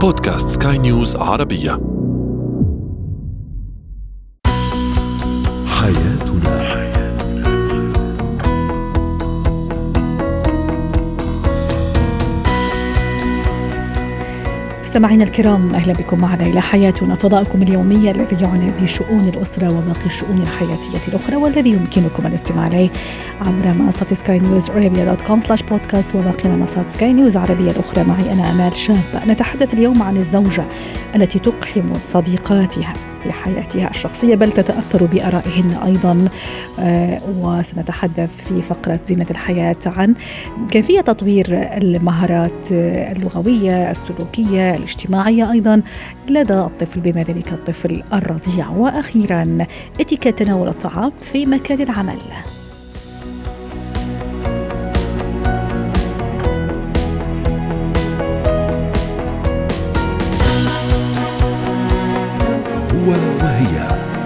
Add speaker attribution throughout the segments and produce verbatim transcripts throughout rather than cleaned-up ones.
Speaker 1: بودكاست سكاي نيوز عربية. حياتنا.
Speaker 2: مستمعينا الكرام، أهلا بكم معنا إلى حياتنا، فضاؤكم اليومي الذي يعنى بشؤون الأسرة وباقي الشؤون الحياتية الأخرى، والذي يمكنكم الاستماع إليه عبر منصة سكاي نيوز عربية دوت كوم سلاش بودكاست وباقي منصات سكاي نيوز عربية الأخرى. معي أنا أمال شاب. نتحدث اليوم عن الزوجة التي تقحم صديقاتها في حياتها الشخصية، بل تتأثر بآرائهن أيضا. آه وسنتحدث في فقرة زينة الحياة عن كيفية تطوير المهارات اللغوية، السلوكية، الاجتماعية أيضا لدى الطفل، بما ذلك الطفل الرضيع. وأخيرا اتيكيت تناول الطعام في مكان العمل.
Speaker 1: هو وهي.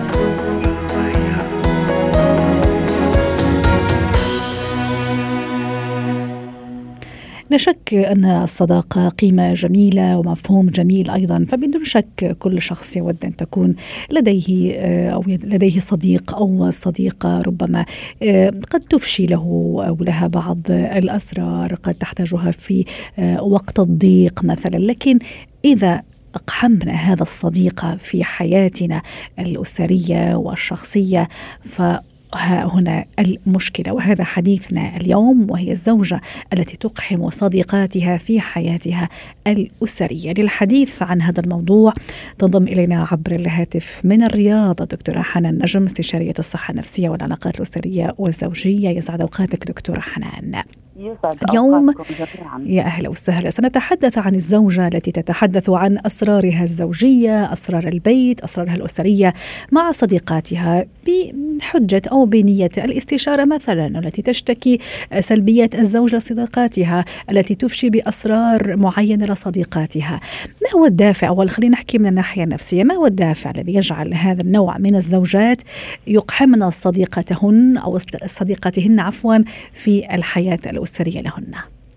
Speaker 2: لا شك أن الصداقة قيمة جميلة ومفهوم جميل أيضا، فبدون شك كل شخص يود أن تكون لديه أو لديه صديق أو صديقة ربما قد تفشي له أو لها بعض الأسرار قد تحتاجها في وقت الضيق مثلا. لكن إذا أقحمنا هذا الصديق في حياتنا الأسرية والشخصية ف ها هنا المشكلة، وهذا حديثنا اليوم، وهي الزوجة التي تقحم صديقاتها في حياتها الأسرية. للحديث عن هذا الموضوع تنضم إلينا عبر الهاتف من الرياض الدكتورة حنان نجم، استشارية الصحة النفسية والعلاقات الأسرية والزوجية. يسعد أوقاتك دكتورة حنان. اليوم يا أهلا وسهلا سنتحدث عن الزوجة التي تتحدث عن أسرارها الزوجية، أسرار البيت، أسرارها الأسرية مع صديقاتها بحجة أو بنية الاستشارة مثلا، التي تشتكي سلبيات الزوج لصديقاتها، التي تفشي بأسرار معينة لصديقاتها. ما هو الدافع؟ أول خلينا نحكي من الناحية النفسية، ما هو الدافع الذي يجعل هذا النوع من الزوجات يقحمن صديقتهن أو صديقاتهن عفوا في الحياة الأسرية لهن؟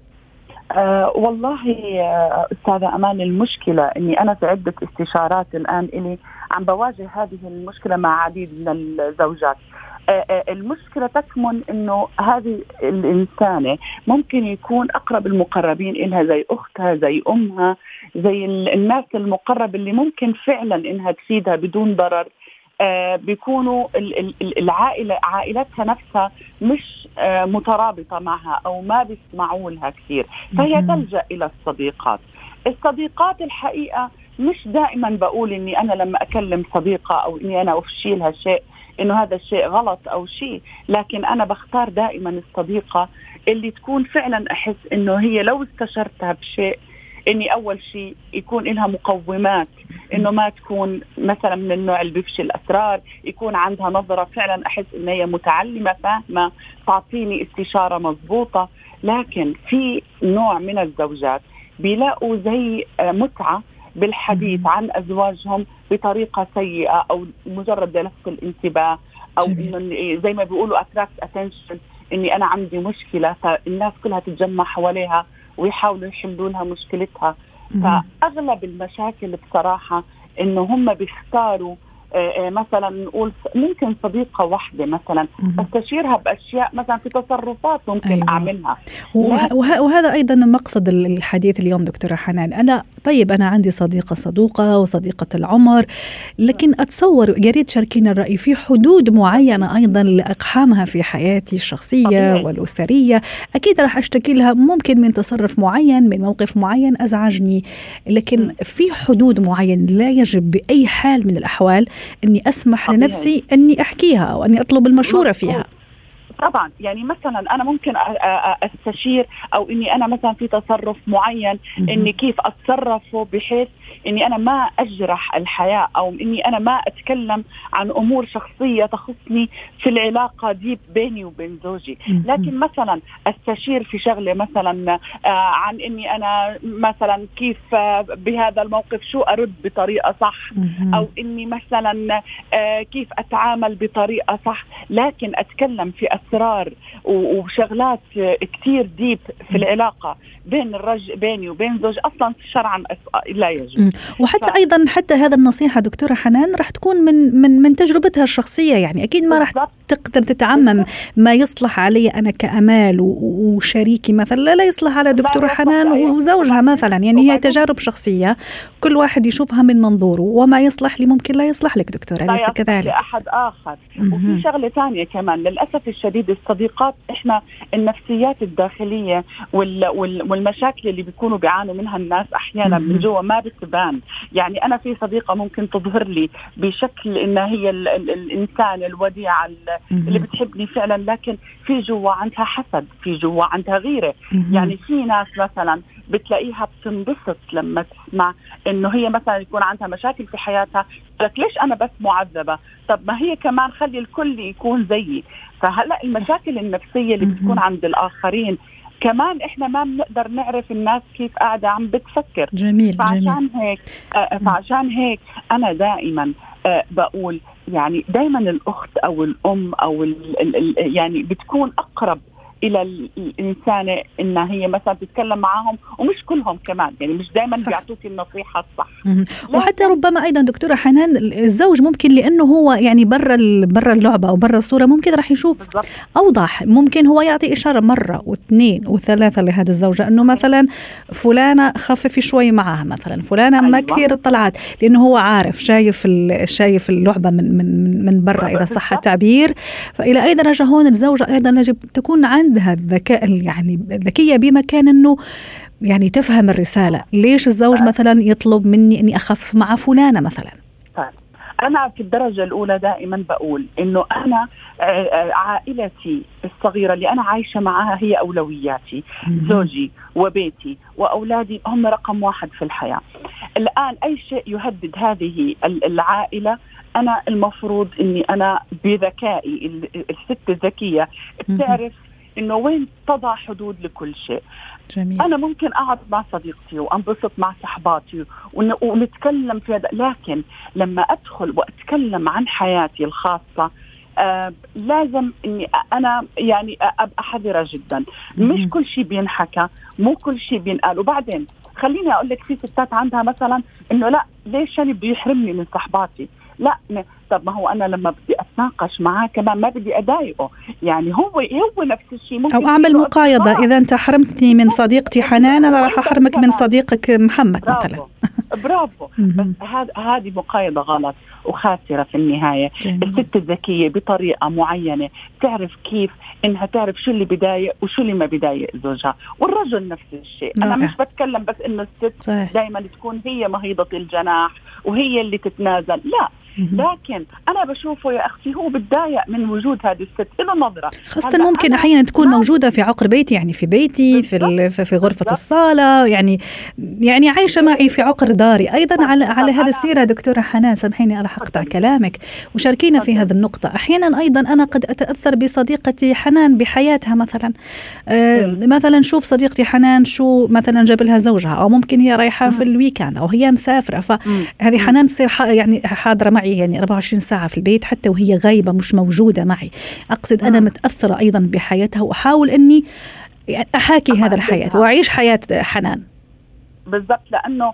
Speaker 3: أه والله أستاذة أمان، المشكلة أني أنا في عدة استشارات الآن إلي عم بواجه هذه المشكلة مع عديد من الزوجات. أه المشكلة تكمن أنه هذه الإنسانة ممكن يكون أقرب المقربين إلها زي أختها، زي أمها، زي الناس المقرب اللي ممكن فعلا إنها تفيدها بدون ضرر. آه بيكونوا العائلة عائلتها نفسها مش آه مترابطة معها أو ما بيسمعوا لها كثير، فهي تلجأ إلى الصديقات. الصديقات الحقيقة مش دائما بقول إني أنا لما أكلم صديقة أو إني أنا أفشي لها شيء إنه هذا الشيء غلط أو شيء، لكن أنا بختار دائما الصديقة اللي تكون فعلا أحس إنه هي لو استشرتها بشيء إني أول شيء يكون لها مقومات، إنه ما تكون مثلا من النوع اللي بيفشي الأسرار، يكون عندها نظرة فعلا أحس إن هي متعلمة فاهمة تعطيني استشارة مضبوطة. لكن في نوع من الزوجات بيلاقوا زي متعة بالحديث عن أزواجهم بطريقة سيئة أو مجرد لفت الانتباه، أو إنه زي ما بيقولوا attract attention، إني أنا عندي مشكلة فالناس كلها تتجمع حواليها ويحاولوا يحلوا لها مشكلتها. فأغلب المشاكل بصراحة إنه هم بيختاروا مثلا نقول ممكن صديقة واحدة مثلا استشيرها بأشياء مثلا في تصرفات ممكن أيوة. أعملها.
Speaker 2: وه- وهذا أيضا مقصد الحديث اليوم دكتورة حنان. أنا طيب أنا عندي صديقة صدوقة وصديقة العمر، لكن أتصور يا ريت تشاركينا الرأي في حدود معينة أيضا لإقحامها في حياتي الشخصية طبيعي. والأسرية. أكيد راح أشتكي لها ممكن من تصرف معين، من موقف معين أزعجني، لكن م. في حدود معين لا يجب بأي حال من الأحوال أني أسمح طبيعي. لنفسي أني أحكيها أو أني أطلب المشورة فيها.
Speaker 3: طبعا يعني مثلا أنا ممكن أستشير أو إني أنا مثلا في تصرف معين إني كيف أتصرفه بحيث إني أنا ما أجرح الحياة أو إني أنا ما أتكلم عن أمور شخصية تخصني في العلاقة دي بيني وبين زوجي. لكن مثلا أستشير في شغلة مثلا عن إني أنا مثلا كيف بهذا الموقف شو أرد بطريقة صح، أو إني مثلا كيف أتعامل بطريقة صح، لكن أتكلم في أسرار وشغلات كتير ديب في العلاقة بين الرجل بيني وبين زوج أصلا شرعا لا يجوز.
Speaker 2: وحتى ف... أيضا حتى هذا النصيحة دكتورة حنان رح تكون من من من تجربتها الشخصية، يعني أكيد ما رح تقدر تتعمم ما يصلح علي أنا كأمال وشريكي مثلا لا يصلح على دكتورة حنان وزوجها مثلا، يعني هي تجارب شخصية كل واحد يشوفها من منظوره، وما يصلح لي ممكن لا يصلح لك دكتورة، ليس كذلك
Speaker 3: لأحد آخر. وفي شغلة ثانية كمان للأسف الشديد الصديقات إحنا النفسيات الداخلية وال وال والمشاكل اللي بيكونوا بيعانوا منها الناس أحيانا من جوا ما بتبان. يعني أنا في صديقة ممكن تظهر لي بشكل إنها هي ال ال الإنسان الوديع اللي بتحبني فعلا، لكن في جوا عندها حسد، في جوا عندها غيرة. يعني في ناس مثلا بتلاقيها بتنبسط لما تسمع إنه هي مثلا يكون عندها مشاكل في حياتها، لك ليش أنا بس معذبة؟ طب ما هي كمان خلي الكل يكون زيي. فهلأ المشاكل النفسية اللي بتكون عند الآخرين كمان إحنا ما بنقدر نعرف الناس كيف قاعدة عم بتفكر.
Speaker 2: جميل.
Speaker 3: فعشان
Speaker 2: جميل.
Speaker 3: هيك آه فعشان هيك أنا دائما آه بقول يعني دائما الأخت أو الأم أو ال ال ال يعني بتكون أقرب إلى الإنسانة إنها هي مثلا تتكلم معهم، ومش كلهم كمان يعني مش دائما بيعطوك النصيحة الصح.
Speaker 2: وحتى ربما أيضا دكتورة حنان الزوج ممكن لأنه هو يعني برا برا اللعبة أو برا الصورة ممكن راح يشوف بالضبط. أوضح، ممكن هو يعطي إشارة مرة واثنين وثلاثة لهذا الزوجة إنه مثلا فلانة خففي شوي معها، مثلا فلانة ما كثير الطلعات، لأنه هو عارف شايف شايف اللعبة من من من برا إذا صح التعبير. فإلى أي درجة هون الزوجة أيضا يجب تكون عندها الذكاء يعني ذكية بمكان إنه يعني تفهم الرسالة، ليش الزوج مثلا يطلب مني إني أخفف مع فلانة مثلا.
Speaker 3: أنا في الدرجة الأولى دائما بقول إنه أنا عائلتي الصغيرة اللي أنا عايشة معها هي أولوياتي، زوجي وبيتي وأولادي هم رقم واحد في الحياة. الآن أي شيء يهدد هذه العائلة أنا المفروض إني أنا بذكائي الست الذكية بتعرف إنه وين تضع حدود لكل شيء.
Speaker 2: جميل.
Speaker 3: أنا ممكن أقعد مع صديقتي وأنبسط مع صحباتي ونتكلم في هذا، لكن لما أدخل وأتكلم عن حياتي الخاصة آه لازم إني أنا يعني أبقى حذرة جدا. مش كل شيء بينحكى، مو كل شيء بينقال. وبعدين خليني أقول لك في ستات عندها مثلا إنه لا ليش أنا بدي يحرمني من صحباتي؟ لا طب ما هو أنا لما بدي أتناقش معاه كمان ما بدي أضايقه، يعني هو هو نفس الشيء. ممكن
Speaker 2: أو أعمل مقايضة، إذا أنت حرمتني من صديقتي حنان أنا راح أحرمك من صديقك محمد
Speaker 3: برافو.
Speaker 2: مثلا.
Speaker 3: برافو. بس هذه هذه مقايضة غلط وخاسرة في النهاية. جميل. الست الذكية بطريقة معينة تعرف كيف إنها تعرف شو اللي بيضايق وشو اللي ما بيضايق زوجها، والرجل نفس الشيء. أنا مش بتكلم بس إنه الست دايما تكون هي مهيضة الجناح وهي اللي تتنازل، لا، لكن أنا بشوفه يا أختي هو بتضايق من وجود هذه الست له نظرة،
Speaker 2: خاصة ممكن أحيانا تكون موجودة في عقر بيتي، يعني في بيتي في في غرفة الصالة، يعني يعني عايشة معي في عقر داري. أيضا على على هذا السيرة دكتورة حنان سامحيني أنا حقطع كلامك وشاركينا في هذه النقطة. أحيانا أيضا أنا قد أتأثر بصديقتي حنان بحياتها مثلا، آه مثلا شوف صديقتي حنان شو مثلا جاب لها زوجها، أو ممكن هي رايحة في الويكاند أو هي مسافرة، فهذه حنان تصير يعني حاضرة معي يعني أربعة وعشرين ساعة في البيت حتى وهي غايبة مش موجودة معي. أقصد أنا متأثرة أيضا بحياتها وأحاول أني أحاكي هذا الحياة وأعيش حياة حنان.
Speaker 3: بالضبط، لأنه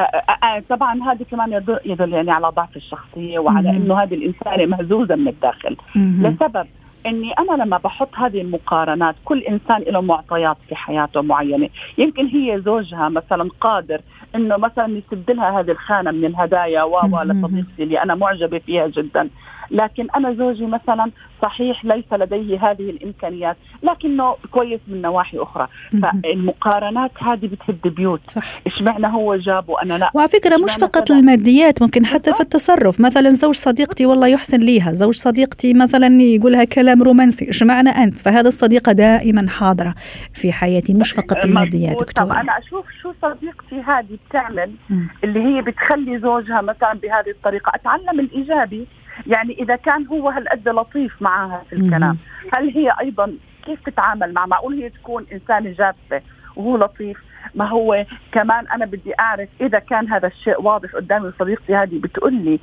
Speaker 3: طبعا هذا كمان يدل يعني على ضعف الشخصية وعلى أنه هذه الإنسانة مهزوزة من الداخل. لسبب أني أنا لما بحط هذه المقارنات، كل إنسان له معطيات في حياته معينة. يمكن هي زوجها مثلا قادر إنه مثلا يسدلها هذه الخانة من الهدايا واوا لصديقتي اللي أنا معجبة فيها جدا، لكن أنا زوجي مثلا صحيح ليس لديه هذه الإمكانيات لكنه كويس من نواحي أخرى. فالمقارنات هذه بتهد بيوت. إيش معنى هو جاب وأنا لا؟
Speaker 2: وعلى فكرة مش فقط الماديات، ممكن حتى في التصرف. مثلا زوج صديقتي والله يحسن ليها، زوج صديقتي مثلا يقولها كلام رومانسي، إيش معنى أنت؟ فهذا الصديقة دائما حاضرة في حياتي، مش فقط الماديات دكتورة.
Speaker 3: طب أنا أشوف شو صديقتي هذه بتعمل اللي هي بتخلي زوجها مثلا بهذه الطريقة. أتعلم الإيجابي، يعني إذا كان هو هالقد لطيف معها في الكلام، هل هي أيضا كيف تتعامل مع معقول هي تكون إنسانة جافة وهو لطيف؟ ما هو كمان أنا بدي أعرف إذا كان هذا الشيء واضح قدامي، صديقتي هذه بتقول لي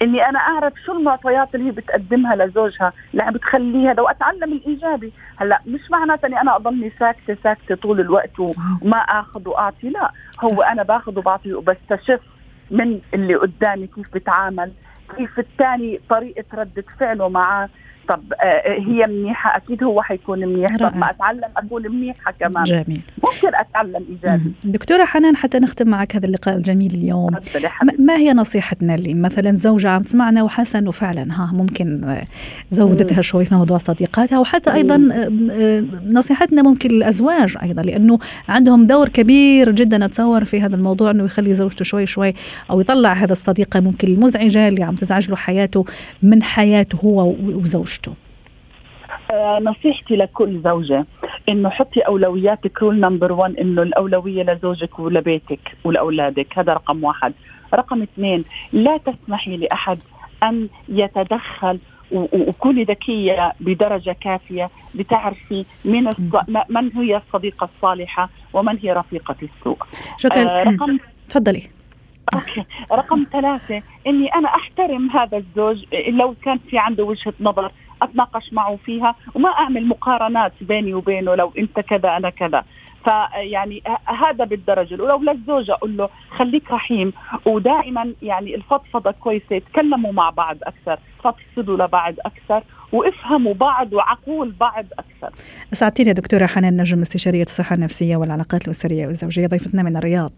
Speaker 3: إني أنا أعرف شو المعطيات اللي هي بتقدمها لزوجها اللي بتخليها لو أتعلم الإيجابي. هلأ مش معناته أني أنا أضلني ساكتة ساكتة طول الوقت وما أخذ وأعطي، لا، هو أنا باخذ وبعطي وبستشف من اللي قدامي كيف بتعامل، كيف الثاني طريقة ردة فعله معه. طب آه هي منيحة أكيد هو حيكون منيح. طب ما أتعلم أكون منيحة كمان.
Speaker 2: جميل.
Speaker 3: ممكن أتعلم إيجابي.
Speaker 2: دكتورة حنان، حتى نختم معك هذا اللقاء الجميل اليوم، ما هي نصيحتنا اللي مثلا زوجة عم تسمعنا وحاسة أنه فعلا ها ممكن زودتها شوي في موضوع صديقاتها، وحتى أيضا نصيحتنا ممكن الأزواج أيضا، لأنه عندهم دور كبير جدا أتصور في هذا الموضوع، أنه يخلي زوجته شوي شوي أو يطلع هذا الصديقة ممكن المزعجة اللي عم تزعج له حياته من حياته هو وزوجته.
Speaker 3: آه نصيحتي لكل زوجة إنه حطي أولوياتك. رول نمبر وان إنه الأولوية لزوجك ولبيتك ولأولادك، هذا رقم واحد. رقم اثنين، لا تسمحي لأحد أن يتدخل، وكوني ذكية بدرجة كافية لتعرفي من الص... من هي الصديقة الصالحة ومن هي رفيقة السوء.
Speaker 2: شكرا. آه رقم تفضلي.
Speaker 3: أوكي. رقم ثلاثة، إني أنا أحترم هذا الزوج لو كان في عنده وجهة نظر أتناقش معه فيها، وما أعمل مقارنات بيني وبينه لو أنت كذا أنا كذا. فيعني هذا بالدرجة الأولى. وللزوجة أقول له خليك رحيم، ودائما يعني الفضفضة كويسة، تكلموا مع بعض أكثر، فضفضوا لبعض أكثر، وافهموا بعض وعقول بعض أكثر.
Speaker 2: أسعدتيني يا دكتورة حنان نجم، استشارية الصحة النفسية والعلاقات الأسرية والزوجية، ضيفتنا من الرياض.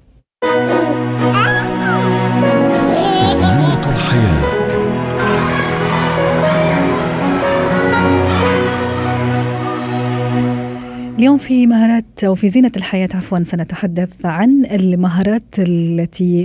Speaker 1: زينة الحياة.
Speaker 2: اليوم في مهارات أو في زينة الحياة عفوا سنتحدث عن المهارات التي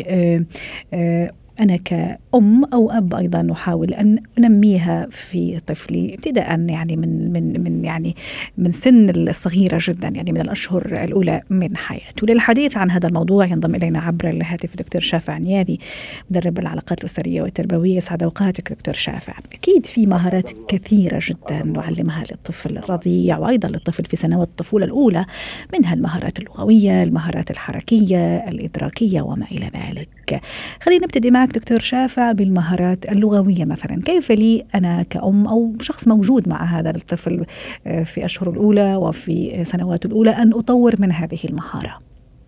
Speaker 2: أنا كأم أو أب أيضا أحاول أن أنميها في طفلي ابتداء يعني من من من يعني من سن الصغيرة جدا، يعني من الأشهر الأولى من حياته. للحديث عن هذا الموضوع ينضم إلينا عبر الهاتف دكتور شافع عنياذي، مدرب العلاقات الأسرية والتربوية. سعد أوقاتك دكتور شافع. أكيد في مهارات كثيرة جدا نعلمها للطفل الرضيع وأيضا للطفل في سنوات الطفولة الأولى، منها المهارات اللغوية، المهارات الحركية، الإدراكية وما إلى ذلك. خلينا نبتدي معك دكتور شافع بالمهارات اللغوية مثلا. كيف لي أنا كأم أو شخص موجود مع هذا الطفل في أشهر الأولى وفي سنواته الأولى أن أطور من هذه المهارة؟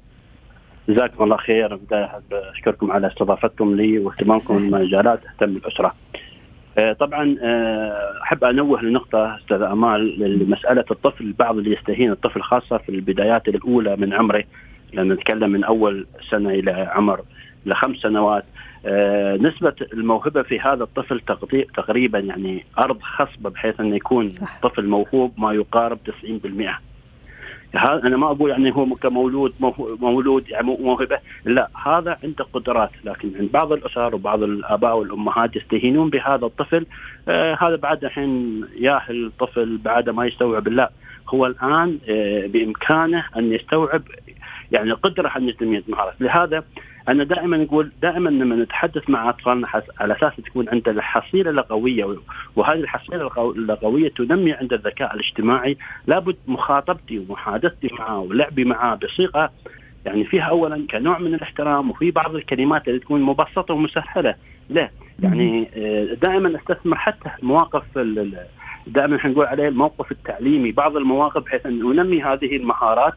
Speaker 4: جزاكم الله خير. بداية أشكركم على استضافتكم لي واهتمامكم بمجالات تهتم بالأسرة. طبعا أحب أنوه لنقطة أستاذ أمال، لمسألة الطفل. البعض اللي يستهين الطفل خاصة في البدايات الأولى من عمره، لما نتكلم من أول سنة إلى عمر لخمس سنوات، آه نسبة الموهبة في هذا الطفل تقريبا يعني أرض خصبة، بحيث أن يكون صح. طفل موهوب ما يقارب تسعين بالمئة. أنا ما أقول يعني هو كمولود مولود يعني موهبة، لا، هذا عنده قدرات. لكن عند بعض الأسر وبعض الآباء والأمهات يستهينون بهذا الطفل. آه هذا بعد الحين ياهل الطفل بعد ما يستوعب. لا، هو الآن آه بإمكانه أن يستوعب يعني قدرة أن يتنمي المهارات. لهذا أنا دائما أقول دائما لما نتحدث مع أطفالنا على أساس تكون عنده الحصيلة اللغوية، وهذه الحصيلة اللغوية تنمي عند الذكاء الاجتماعي. لابد مخاطبتي ومحادثتي معه ولعبي معه بصيغة يعني فيها أولا كنوع من الاحترام، وفي بعض الكلمات اللي تكون مبسطة ومسهلة له. يعني دائما استثمر حتى مواقف دائما نقول عليه الموقف التعليمي، بعض المواقف بحيث أن ننمي هذه المهارات،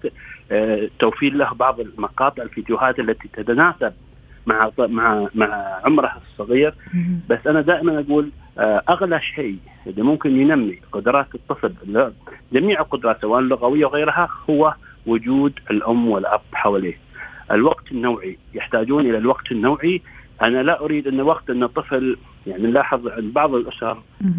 Speaker 4: توفير له بعض المقاطع الفيديوهات التي تتناسب مع مع مع عمره الصغير. بس أنا دائما أقول أغلى شيء اللي ممكن ينمي قدرات الطفل، جميع القدرات سواء اللغوية وغيرها، هو وجود الأم والأب حواليه. الوقت النوعي، يحتاجون إلى الوقت النوعي. أنا لا أريد أن وقت أن الطفل يعني نلاحظ عند بعض الأسر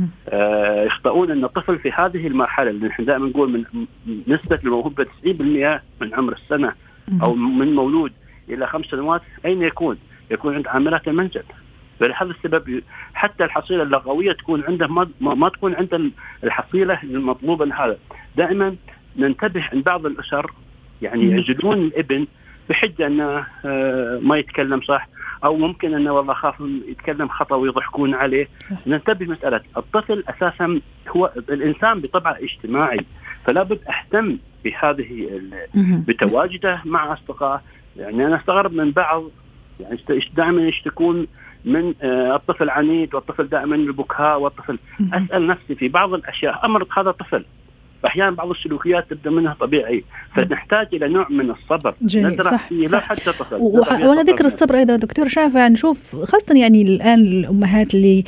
Speaker 4: آه يخطئون أن الطفل في هذه المرحلة اللي نحن دائما نقول من نسبة الموهبة تسعين بالمئة من عمر السنة أو من مولود إلى خمس سنوات، أين يكون؟ يكون عند عاملات المنزل. فلهذا السبب حتى الحصيلة اللغوية تكون عنده ما, ما تكون عنده الحصيلة المطلوبة لهذا. دائما ننتبه عند بعض الأسر يعني يعجلون الابن بحجة أنه آه ما يتكلم صح، أو ممكن أنه والله خاف يتكلم خطأ ويضحكون عليه. ننتبه مسألة الطفل أساسا هو الإنسان بطبعه اجتماعي، فلا بد أهتم بهذه بتواجده مع أصدقائه. يعني أنا استغرب من بعض يعني دائما يشتكون من الطفل عنيد والطفل دائما البكاء والطفل أسأل نفسي في بعض الأشياء أمرض هذا الطفل. أحيانا بعض السلوكيات تبدأ منها طبيعي، فنحتاج إلى نوع من الصبر.
Speaker 2: جميل. صح.
Speaker 4: فيه لا حتى
Speaker 2: طفل. وأنا ذكر الصبر أيضا دكتور شافع، نشوف خاصة يعني الآن الأمهات اللي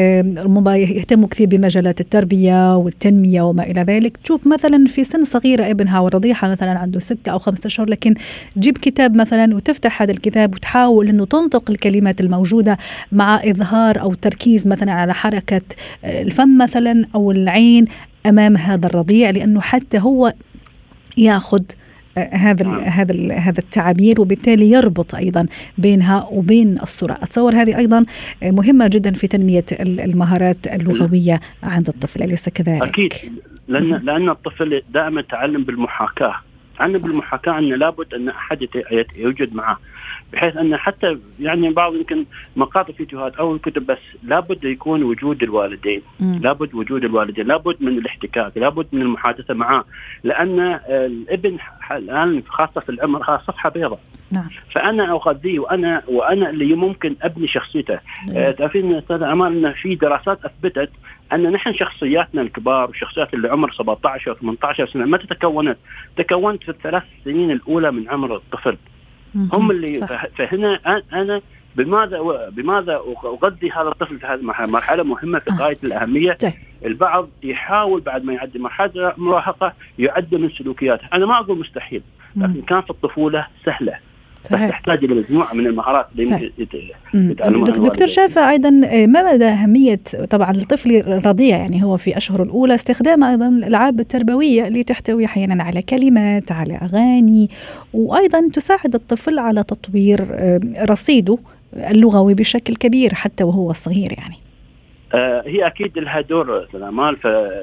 Speaker 2: يهتموا كثير بمجالات التربية والتنمية وما إلى ذلك، تشوف مثلا في سن صغيرة ابنها ورضيعها مثلا عنده ستة أو خمسة أشهر، لكن تجيب كتاب مثلا وتفتح هذا الكتاب وتحاول إنه تنطق الكلمات الموجودة مع إظهار أو تركيز مثلا على حركة الفم مثلا أو العين أمام هذا الرضيع، لأنه حتى هو يأخذ هذا هذا هذا التعبير، وبالتالي يربط أيضا بينها وبين الصورة. أتصور هذه أيضا مهمة جدا في تنمية المهارات اللغوية عند الطفل، أليس كذلك؟
Speaker 4: أكيد، لأن لأن الطفل دائما تعلم بالمحاكاة، تعلم بالمحاكاة أن لابد أن أحد يوجد معه، بحيث أن حتى يعني بعض يمكن مقاطع فيديوهات أو الكتب، بس لابد يكون وجود الوالدين، م. لابد وجود الوالدين، لابد من الاحتكاك، لابد من المحادثة معه، لأن الابن الآن خاصة في العمر خاصة صفحة بيضاء. نعم. فأنا أغذيه وأنا وأنا اللي ممكن أبني شخصيته. نعم. تعرفين أستاذ أمال أن في دراسات أثبتت أن نحن شخصياتنا الكبار وشخصيات اللي عمر سبعة عشر و ثمانية عشر سنة ما تتكونت تكونت في الثلاث سنين الأولى من عمر الطفل. هم اللي صح. فهنا أنا بماذا بماذا أغذي هذا الطفل في هذه المرحلة مهمة في غاية آه. الأهمية. طيب. البعض يحاول بعد ما يعدي مرحلة المراهقة يعدل من سلوكياته، أنا ما أقول مستحيل، لكن كان في الطفولة سهلة، بس تحتاج إلى مجموعة من المهارات اللي يتعلمها.
Speaker 2: دكتور شافع، أيضا ما مدى أهمية طبعا الطفل الرضيع، يعني هو في أشهر الأولى، استخدام أيضا الألعاب التربوية اللي تحتوي أحيانا على كلمات، على أغاني، وأيضا تساعد الطفل على تطوير رصيده اللغوي بشكل كبير حتى وهو صغير يعني.
Speaker 4: آه هي أكيد لها دور سلامال،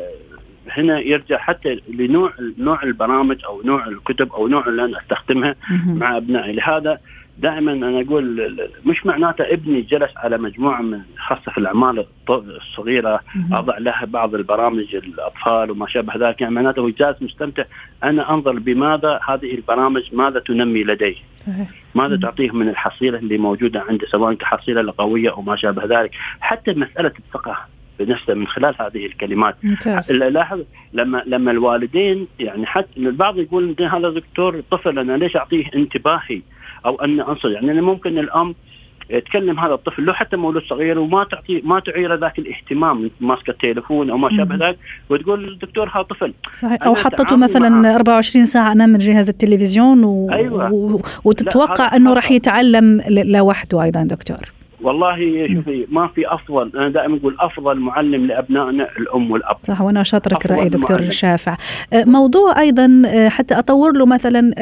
Speaker 4: فهنا يرجع حتى لنوع نوع البرامج أو نوع الكتب أو نوع اللي أنا أستخدمها مع أبنائي. لهذا دائما أنا أقول مش معناته ابني جلس على مجموعة من خاصة في الأعمال الصغيرة أضع لها بعض البرامج الأطفال وما شابه ذلك، يعني معناته جالس مستمتع. أنا أنظر بماذا هذه البرامج ماذا تنمي لديه، ماذا تعطيه من الحصيلة اللي موجودة عنده سواء كحصيلة لغوية أو ما شابه ذلك. حتى مسألة الثقة بنفسه من خلال هذه الكلمات. لاحظ لما لما الوالدين يعني حتى البعض يقول هذا دكتور طفل أنا ليش أعطيه انتباهي أو أن أنصر، يعني ممكن الأم تكلم هذا الطفل لو حتى مولود صغير وما تعطي ما تعيره ذاك الاهتمام، ماسك التليفون أو ما شابه ذلك، وتقول الدكتور هذا طفل.
Speaker 2: صحيح. أو حطته مثلا معه أربعة وعشرين ساعة أمام جهاز التلفزيون و... أيوة. و... وتتوقع أنه راح يتعلم لوحده أيضا دكتور.
Speaker 4: والله شوفي ما في أفضل، أنا دائما أقول أفضل معلم لأبنائنا الأم والأب.
Speaker 2: صح، وأنا شاطرك رأي دكتور معلم. شافع. موضوع أيضا حتى أطور له مثلا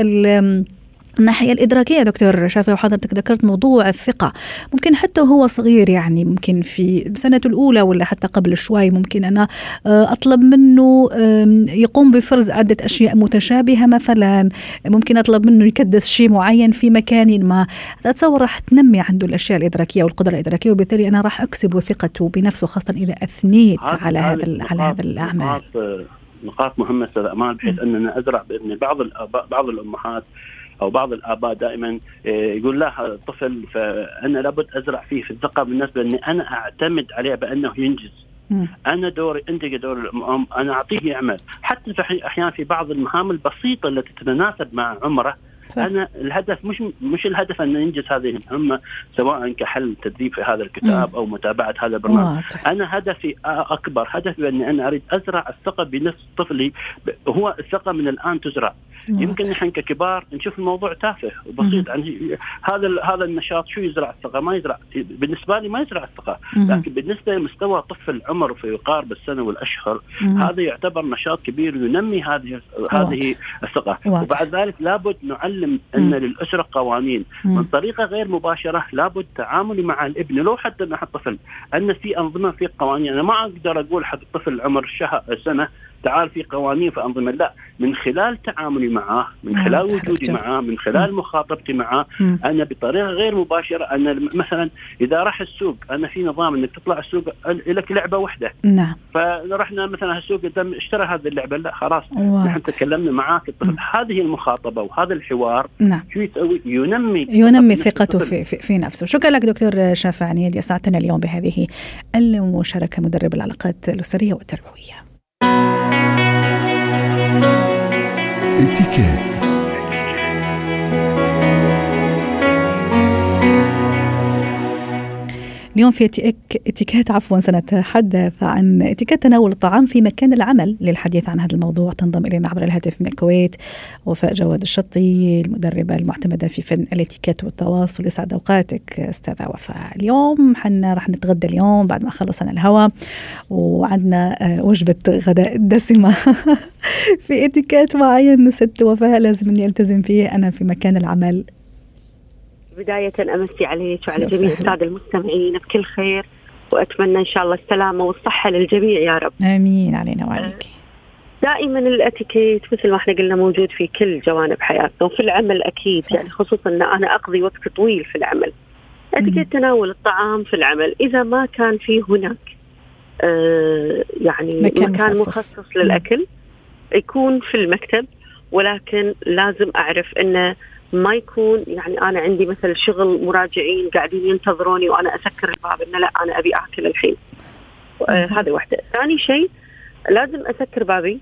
Speaker 2: الناحية الإدراكية دكتور شافع، وحضرتك ذكرت موضوع الثقة، ممكن حتى هو صغير يعني ممكن في سنته الأولى ولا حتى قبل شوي ممكن أنا أطلب منه يقوم بفرز عدة أشياء متشابهة، مثلا ممكن أطلب منه يكدس شيء معين في مكان ما، أتصور راح تنمي عنده الأشياء الإدراكية والقدرة الإدراكية، وبالتالي أنا راح أكسب ثقته بنفسه، خاصة إذا أثنيت على هذا على هذا الأعمال.
Speaker 4: نقاط مهمة أستاذ أمال، بحيث أننا أزرع بأن بعض الآباء بعض الأمهات أو بعض الآباء دائما يقول لا الطفل فأنا لابد أزرع فيه في الثقة بالنسبة لأني أنا أعتمد عليه بأنه ينجز. م. أنا دوري أنت كدور الأم أنا أعطيه يعمل، حتى في أحيان في بعض المهام البسيطة التي تتناسب مع عمره. أنا الهدف مش مش الهدف أن ينجز هذه المهمة سواء كحل تدريب في هذا الكتاب م. أو متابعة هذا البرنامج. أنا هدفي أكبر، هدفي أني أنا أريد أزرع الثقة بنفس طفلي. هو الثقة من الآن تزرع. مم. يمكن نحن ككبار نشوف الموضوع تافه وبسيط، يعني هذا هذا النشاط شو يزرع الثقة؟ ما يزرع بالنسبة لي، ما يزرع الثقة. مم. لكن بالنسبة لمستوى طفل عمر في يقارب السنة والأشهر، مم. هذا يعتبر نشاط كبير ينمي هذه هذه الثقة. وبعد ذلك لابد نعلم أن مم. للأسرة قوانين مم. من طريقة غير مباشرة، لابد تعاملي مع الابن لو حتى مع الطفل أن في أنظمة في قوانين. أنا ما أقدر أقول حق الطفل عمر شهر سنة تعال في قوانين في أنظمة. لا، من خلال تعاملي معه، من خلال وجودي معه، من خلال مخاطبتي معه، أنا بطريقة غير مباشرة. أنا مثلا إذا راح السوق، أنا في نظام إنك تطلع السوق لك لعبة واحدة.
Speaker 2: نعم.
Speaker 4: فرحنا مثلا السوق قدام اشترى هذه اللعبة، لا خلاص نحن تكلمنا معك. هذه المخاطبة وهذا الحوار
Speaker 2: نعم.
Speaker 4: شو يسوي؟ ينمي
Speaker 2: ينمي ثقته في, في في نفسه. شكرا لك دكتور شافع عنيد، يسعدنا اليوم بهذه المشاركة، مدرب العلاقات الأسرية والتربوية.
Speaker 1: اتيكيت.
Speaker 2: اليوم في اتيكيت عفوا سنتحدث عن اتيكيت تناول الطعام في مكان العمل. للحديث عن هذا الموضوع تنضم إلينا عبر الهاتف من الكويت وفاء جواد الشطي، المدربة المعتمدة في فن الاتيكيت والتواصل. يسعد أوقاتك أستاذة وفاء. اليوم حنا رح نتغدى اليوم بعد ما خلصنا الهواء، وعندنا وجبة غداء دسمة في اتيكيت معين ست وفاء لازم إني ألتزم فيه أنا في مكان العمل.
Speaker 5: بداية أمسي عليك وعلى جميع السادة المستمعين بكل خير، وأتمنى إن شاء الله السلامة والصحة للجميع يا رب.
Speaker 2: آمين علينا وعليك.
Speaker 5: دائما الاتيكيت مثل ما احنا قلنا موجود في كل جوانب حياتنا وفي العمل أكيد، يعني خصوصا أن أنا أقضي وقت طويل في العمل. اتيكيت تناول الطعام في العمل إذا ما كان فيه هناك آه يعني مكان, مكان مخصص, مخصص للأكل يكون في المكتب، ولكن لازم أعرف أنه ما يكون يعني أنا عندي مثل شغل مراجعين قاعدين ينتظروني وأنا أسكر الباب إنه لا أنا أبي أكل الحين. آه هذا واحدة. ثاني شيء لازم أسكر بابي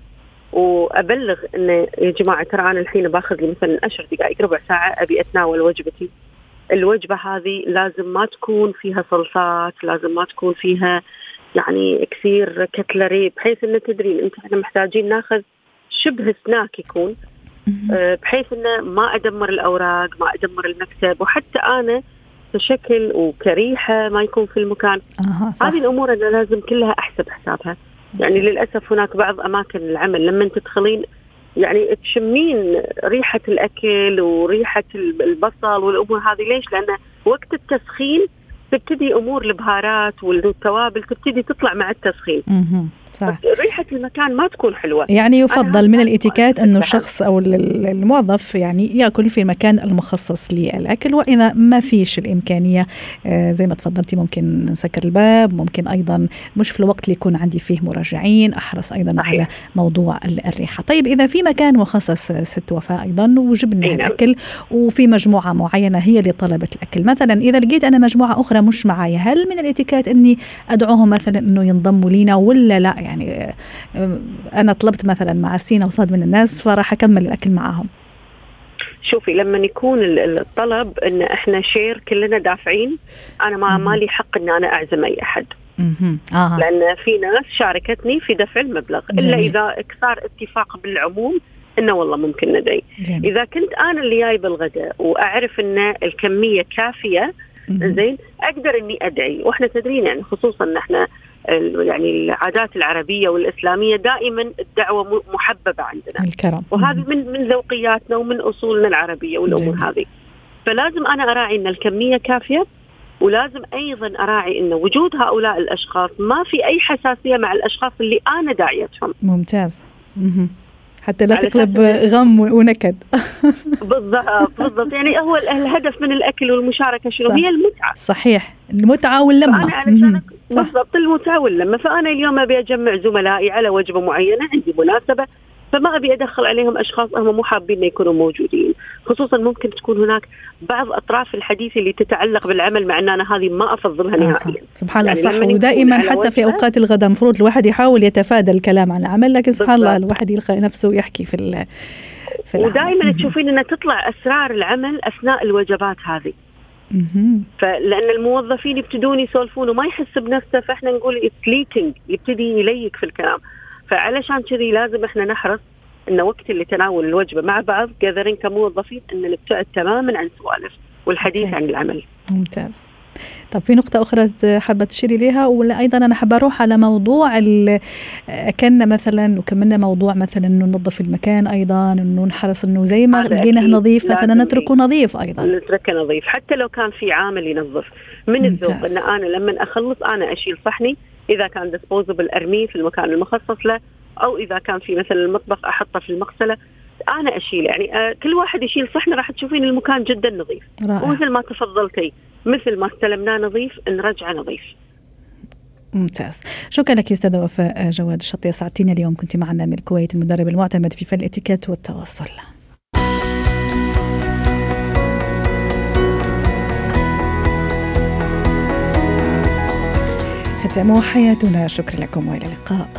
Speaker 5: وأبلغ إنه يا جماعة ترى أنا الحين باخذ لي مثلا عشر دقائق ربع ساعة أبي أتناول وجبتي. الوجبة هذه لازم ما تكون فيها صلصات، لازم ما تكون فيها يعني كثير كتلري، بحيث إنه تدرين أنت إحنا محتاجين ناخذ شبه سناك يكون، بحيث إنه ما أدمر الأوراق، ما أدمر المكتب، وحتى أنا كشكل وكريحة ما يكون في المكان. هذه الأمور أنا لازم كلها أحسب حسابها. يعني للأسف هناك بعض أماكن العمل لما تدخلين يعني تشمين ريحة الأكل وريحة البصل والأمور هذه. ليش؟ لأن وقت التسخين تبتدي أمور البهارات والتوابل تبتدي تطلع مع التسخين. صح. ريحة المكان ما تكون حلوة.
Speaker 2: يعني يفضل من الاتيكيت أنه الشخص أو الموظف يعني يأكل في المكان المخصص للأكل، وإذا ما فيش الإمكانية آه زي ما تفضلتي ممكن نسكر الباب، ممكن أيضا مش في الوقت اللي يكون عندي فيه مراجعين أحرص أيضا صحيح. على موضوع الريحة. طيب إذا في مكان مخصص ست وفاء أيضا وجبنا إيه الأكل وفي مجموعة معينة هي اللي طلبت الأكل، مثلا إذا لقيت أنا مجموعة أخرى مش معايا، هل من الاتيكيت أني أدعوهم مثلا أنه ينضموا لينا ولا لا؟ يعني أنا طلبت مثلا مع سينا وصاد من الناس فراح أكمل الأكل معهم.
Speaker 5: شوفي لما يكون الطلب إن إحنا شير كلنا دافعين، أنا ما مالي حق إن أنا أعزم أي أحد. آه. لأن في ناس شاركتني في دفع المبلغ جميل. إلا إذا صار اتفاق بالعموم إنه والله ممكن ندعي. جميل. إذا كنت أنا اللي جاي بالغداء وأعرف إن الكمية كافية زين أقدر إني أدعي. وإحنا تدرين يعني خصوصا إن إحنا يعني العادات العربية والإسلامية دائما الدعوة محببة عندنا
Speaker 2: الكرم.
Speaker 5: وهذه من من ذوقياتنا ومن أصولنا العربية والأمور جميل. هذه فلازم أنا أراعي أن الكمية كافية، ولازم أيضا أراعي أن وجود هؤلاء الأشخاص ما في أي حساسية مع الأشخاص اللي أنا داعيتهم.
Speaker 2: ممتاز. حتى لا تقلب غم ونكد.
Speaker 5: بالضبط بالضبط. يعني هو الهدف من الأكل والمشاركة شنو؟ هي المتعة.
Speaker 2: صحيح، المتعة واللمة.
Speaker 5: بالضبط المتعة واللمة. فأنا اليوم أبي أجمع زملائي على وجبة معينة، عندي مناسبة، فما أبي أدخل عليهم أشخاص هم مو حابين يكونوا موجودين. خصوصا ممكن تكون هناك بعض أطراف الحديث اللي تتعلق بالعمل، مع أن أنا هذه ما أفضلها نهائيا.
Speaker 2: سبحان الله. صح. ودائما حتى في أوقات الغداء مفروض الواحد يحاول يتفادى الكلام عن العمل، لكن سبحان الله الواحد يلقى نفسه يحكي في ال في العمل.
Speaker 5: ودائما تشوفين أن تطلع أسرار العمل أثناء الوجبات هذه. فلأن الموظفين يبتدون يسولفون وما يحس بنفسه، فإحنا نقول it's leaking، يبتدي يليك في الكلام. فعلشان كذي لازم إحنا نحرص إن وقت اللي تناول الوجبة مع بعض قادرين كموظفين إن نبتعد تماما عن سوالف والحديث ممتاز. عن العمل.
Speaker 2: ممتاز. طب في نقطة أخرى حابة تشيري ليها؟ ولا أيضا أنا حابة أروح على موضوع كنا مثلا وكملنا موضوع مثلا إنه ننظف المكان، أيضا إنه نحرص إنه زي ما لقيناه نظيف مثلا نتركه نظيف، أيضا
Speaker 5: نتركه نظيف حتى لو كان في عامل ينظف. من الذوق إن أنا لما أخلص أنا أشيل صحني إذا كان ديسبوزبل أرميه في المكان المخصص له، أو إذا كان في مثلا المطبخ أحطه في المغسلة أنا أشيل. يعني آه كل واحد يشيل صحن راح تشوفين المكان جدا نظيف. رائع. ومثل ما تفضلتي مثل ما استلمناه نظيف نرجعه نظيف.
Speaker 2: ممتاز. شكرا لك أستاذة وفاء جواد الشطية، ساعتين اليوم كنت معنا من الكويت، المدرب المعتمد في فن الاتيكيت والتواصل. ختام حياتنا، شكرا لكم وإلى اللقاء.